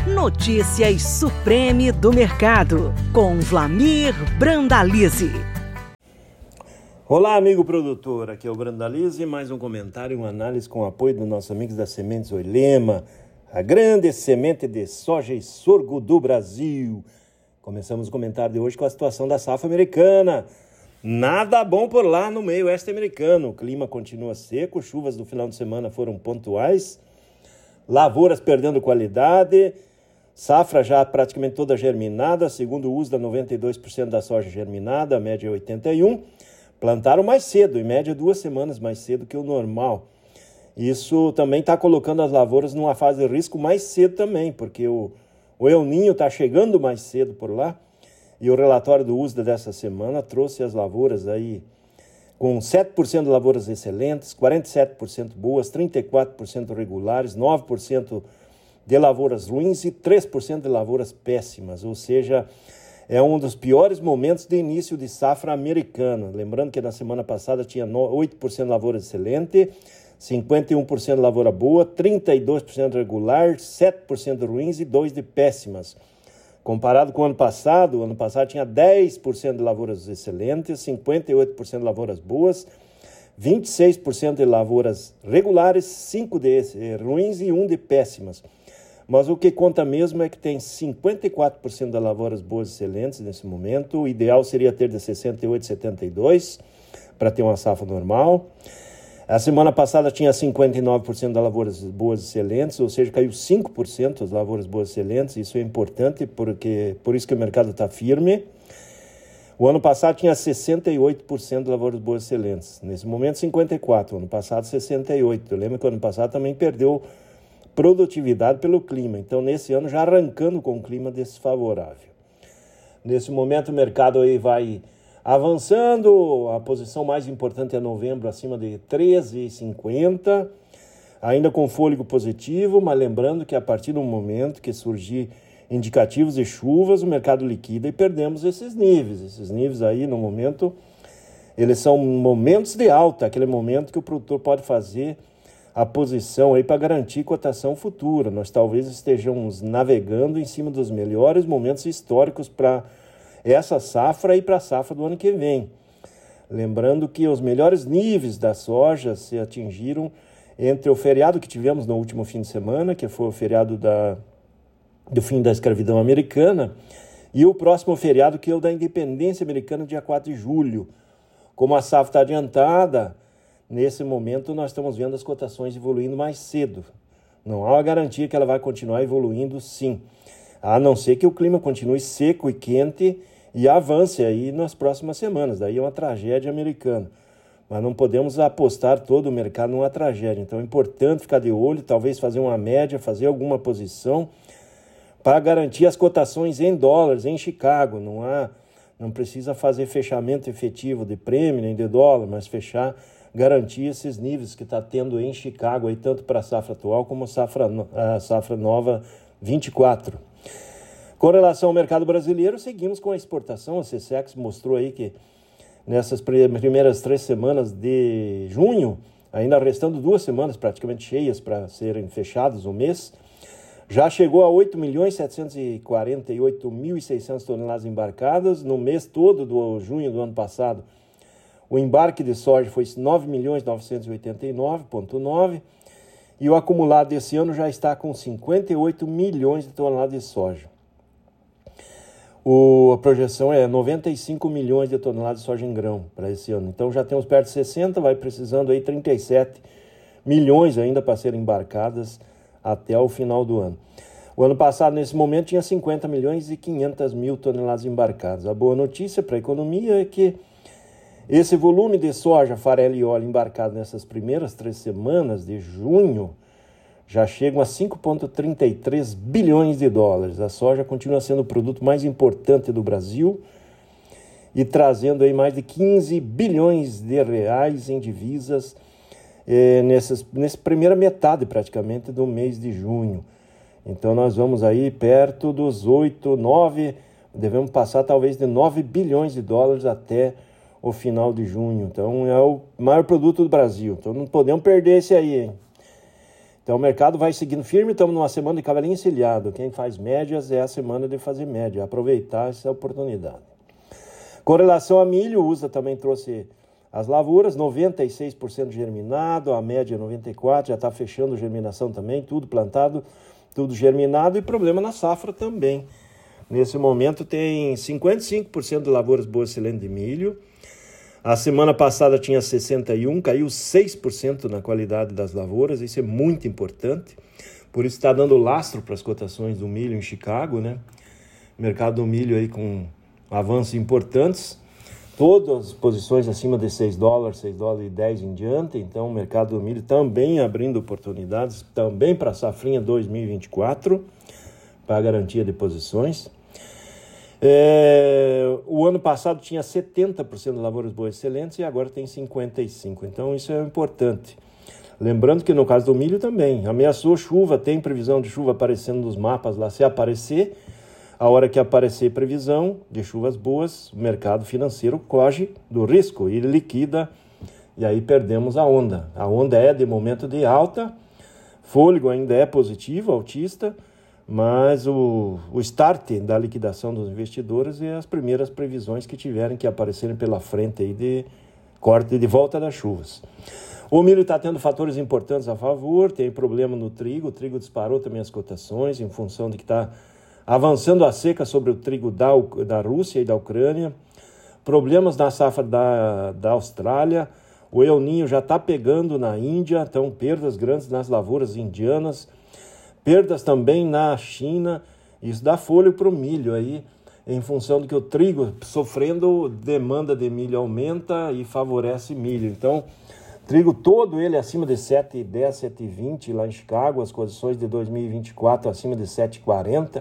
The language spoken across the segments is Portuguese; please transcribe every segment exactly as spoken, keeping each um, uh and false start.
Notícias Supreme do Mercado, com Vlamir Brandalize. Olá, amigo produtor, aqui é o Brandalize, mais um comentário e uma análise com o apoio dos nossos amigos da Sementes Oilema, a grande semente de soja e sorgo do Brasil. Começamos o comentário de hoje com a situação da safra americana. Nada bom por lá no meio oeste americano. O clima continua seco, chuvas do final de semana foram pontuais, lavouras perdendo qualidade, safra já praticamente toda germinada, segundo o U S D A, noventa e dois por cento da soja germinada, a média é oitenta e um por cento. Plantaram mais cedo, em média duas semanas mais cedo que o normal. Isso também está colocando as lavouras numa fase de risco mais cedo também, porque o, o El Niño está chegando mais cedo por lá. E o relatório do U S D A dessa semana trouxe as lavouras aí com sete por cento de lavouras excelentes, quarenta e sete por cento boas, trinta e quatro por cento regulares, nove por cento de lavouras ruins e três por cento de lavouras péssimas, ou seja, é um dos piores momentos de início de safra americana. Lembrando que na semana passada tinha oito por cento de lavoura excelente, cinquenta e um por cento de lavoura boa, trinta e dois por cento regular, sete por cento ruins e dois por cento de péssimas. Comparado com o ano passado, o ano passado tinha dez por cento de lavouras excelentes, cinquenta e oito por cento de lavouras boas, vinte e seis por cento de lavouras regulares, cinco por cento de ruins e um por cento de péssimas. Mas o que conta mesmo é que tem cinquenta e quatro por cento de lavouras boas e excelentes nesse momento. O ideal seria ter de sessenta e oito por cento a setenta e dois por cento para ter uma safra normal. A semana passada tinha cinquenta e nove por cento de lavouras boas e excelentes, ou seja, caiu cinco por cento as lavouras boas e excelentes. Isso é importante, porque por isso que o mercado está firme. O ano passado tinha sessenta e oito por cento de lavouras boas e excelentes. Nesse momento, cinquenta e quatro por cento. O ano passado, sessenta e oito por cento. Eu lembro que o ano passado também perdeu produtividade pelo clima. Então, nesse ano, já arrancando com um clima desfavorável. Nesse momento, o mercado aí vai avançando. A posição mais importante é novembro, acima de treze e cinquenta, ainda com fôlego positivo, mas lembrando que a partir do momento que surgir indicativos de chuvas, o mercado liquida e perdemos esses níveis. Esses níveis aí, no momento, eles são momentos de alta, aquele momento que o produtor pode fazer a posição aí para garantir cotação futura. Nós talvez estejamos navegando em cima dos melhores momentos históricos para essa safra e para a safra do ano que vem. Lembrando que os melhores níveis da soja se atingiram entre o feriado que tivemos no último fim de semana, que foi o feriado da, do fim da escravidão americana, e o próximo feriado, que é o da independência americana, dia quatro de julho. Como a safra está adiantada, nesse momento nós estamos vendo as cotações evoluindo mais cedo. Não há uma garantia que ela vai continuar evoluindo, sim, a não ser que o clima continue seco e quente e avance aí nas próximas semanas. Daí é uma tragédia americana. Mas não podemos apostar todo o mercado numa tragédia. Então é importante ficar de olho, talvez fazer uma média, fazer alguma posição para garantir as cotações em dólares em Chicago. Não há, não precisa fazer fechamento efetivo de prêmio nem de dólar, mas fechar, garantir esses níveis que está tendo em Chicago, aí, tanto para a safra atual como a safra, a safra nova vinte e quatro. Com relação ao mercado brasileiro, seguimos com a exportação. A CSEX mostrou aí que nessas primeiras três semanas de junho, ainda restando duas semanas praticamente cheias para serem fechadas o mês, já chegou a oito milhões setecentos e quarenta e oito mil e seiscentas toneladas embarcadas. No mês todo do junho do ano passado, o embarque de soja foi nove milhões novecentos e oitenta e nove vírgula nove e o acumulado desse ano já está com cinquenta e oito milhões de toneladas de soja. O, a projeção é noventa e cinco milhões de toneladas de soja em grão para esse ano. Então já temos perto de sessenta, vai precisando aí trinta e sete milhões ainda para serem embarcadas até o final do ano. O ano passado, nesse momento, tinha cinquenta milhões e quinhentas mil toneladas embarcadas. A boa notícia para a economia é que esse volume de soja, farelo e óleo embarcado nessas primeiras três semanas de junho já chegam a cinco vírgula trinta e três bilhões de dólares. A soja continua sendo o produto mais importante do Brasil e trazendo aí mais de quinze bilhões de reais em divisas eh, nessas, nessa primeira metade praticamente do mês de junho. Então nós vamos aí perto dos oito, nove, devemos passar talvez de nove bilhões de dólares até o final de junho. Então é o maior produto do Brasil. Então não podemos perder esse aí, hein? Então o mercado vai seguindo firme, estamos numa semana de cavalinho encilhado. Quem faz médias é a semana de fazer média, aproveitar essa oportunidade. Com relação a milho, o U S D A também trouxe as lavouras, noventa e seis por cento germinado, a média noventa e quatro por cento, já está fechando germinação também, tudo plantado, tudo germinado e problema na safra também. Nesse momento tem cinquenta e cinco por cento de lavouras boas excelentes de milho. A semana passada tinha sessenta e um por cento, caiu seis por cento na qualidade das lavouras, isso é muito importante. Por isso está dando lastro para as cotações do milho em Chicago, né? Mercado do milho aí com avanços importantes. Todas as posições acima de seis dólares, seis dólares e dez em diante. Então o mercado do milho também abrindo oportunidades, também para a safrinha dois mil e vinte e quatro, para a garantia de posições. É, o ano passado tinha setenta por cento de lavouras boas excelentes e agora tem cinquenta e cinco por cento. Então isso é importante. Lembrando que no caso do milho também, ameaçou chuva, tem previsão de chuva aparecendo nos mapas lá. Se aparecer, a hora que aparecer previsão de chuvas boas, o mercado financeiro corre do risco e liquida, e aí perdemos a onda. A onda é de momento de alta, fôlego ainda é positivo, altista, mas o, o start da liquidação dos investidores e as primeiras previsões que tiverem que aparecerem pela frente aí de corte de volta das chuvas. O milho está tendo fatores importantes a favor, tem problema no trigo, o trigo disparou também as cotações em função de que está avançando a seca sobre o trigo da, da Rússia e da Ucrânia, problemas na safra da, da Austrália, o El Niño já está pegando na Índia, então perdas grandes nas lavouras indianas, perdas também na China, isso dá fôlego para o milho aí, em função de que o trigo sofrendo, demanda de milho aumenta e favorece milho. Então, trigo todo ele acima de sete e dez, sete e vinte lá em Chicago, as condições de dois mil e vinte e quatro acima de sete e quarenta.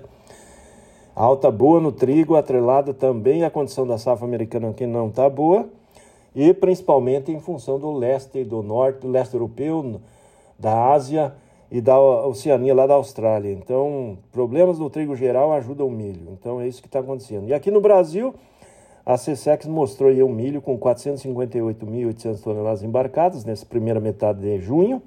Alta boa no trigo, atrelada também à condição da safra americana que não está boa, e principalmente em função do leste e do norte, do leste europeu, da Ásia e da Oceania, lá da Austrália. Então, problemas do trigo geral ajudam o milho. Então, é isso que está acontecendo. E aqui no Brasil, a CSEX mostrou aí o milho com quatrocentos e cinquenta e oito mil e oitocentas toneladas embarcadas nessa primeira metade de junho.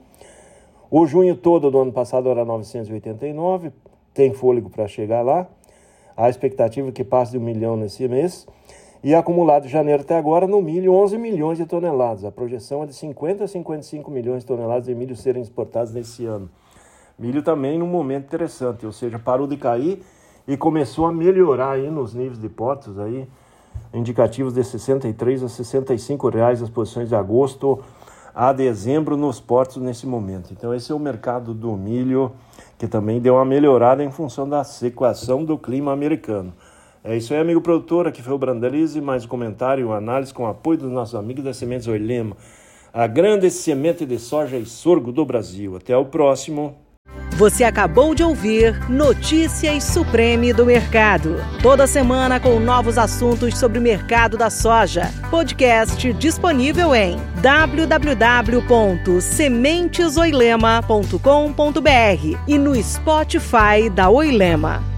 O junho todo do ano passado era novecentos e oitenta e nove, tem fôlego para chegar lá. A expectativa é que passe de um milhão nesse mês. E acumulado de janeiro até agora, no milho, onze milhões de toneladas. A projeção é de cinquenta a cinquenta e cinco milhões de toneladas de milho serem exportados nesse ano. Milho também num momento interessante, ou seja, parou de cair e começou a melhorar aí nos níveis de portos, aí, indicativos de sessenta e três a sessenta e cinco reais as posições de agosto a dezembro nos portos nesse momento. Então esse é o mercado do milho, que também deu uma melhorada em função da equação do clima americano. É isso aí, amigo produtor, aqui foi o Brandalize, mais um comentário, uma análise com o apoio dos nossos amigos da Sementes Oilema, a grande semente de soja e sorgo do Brasil. Até o próximo. Você acabou de ouvir Notícias Supreme do Mercado. Toda semana com novos assuntos sobre o mercado da soja. Podcast disponível em w w w ponto sementes oilema ponto com ponto b r e no Spotify da Oilema.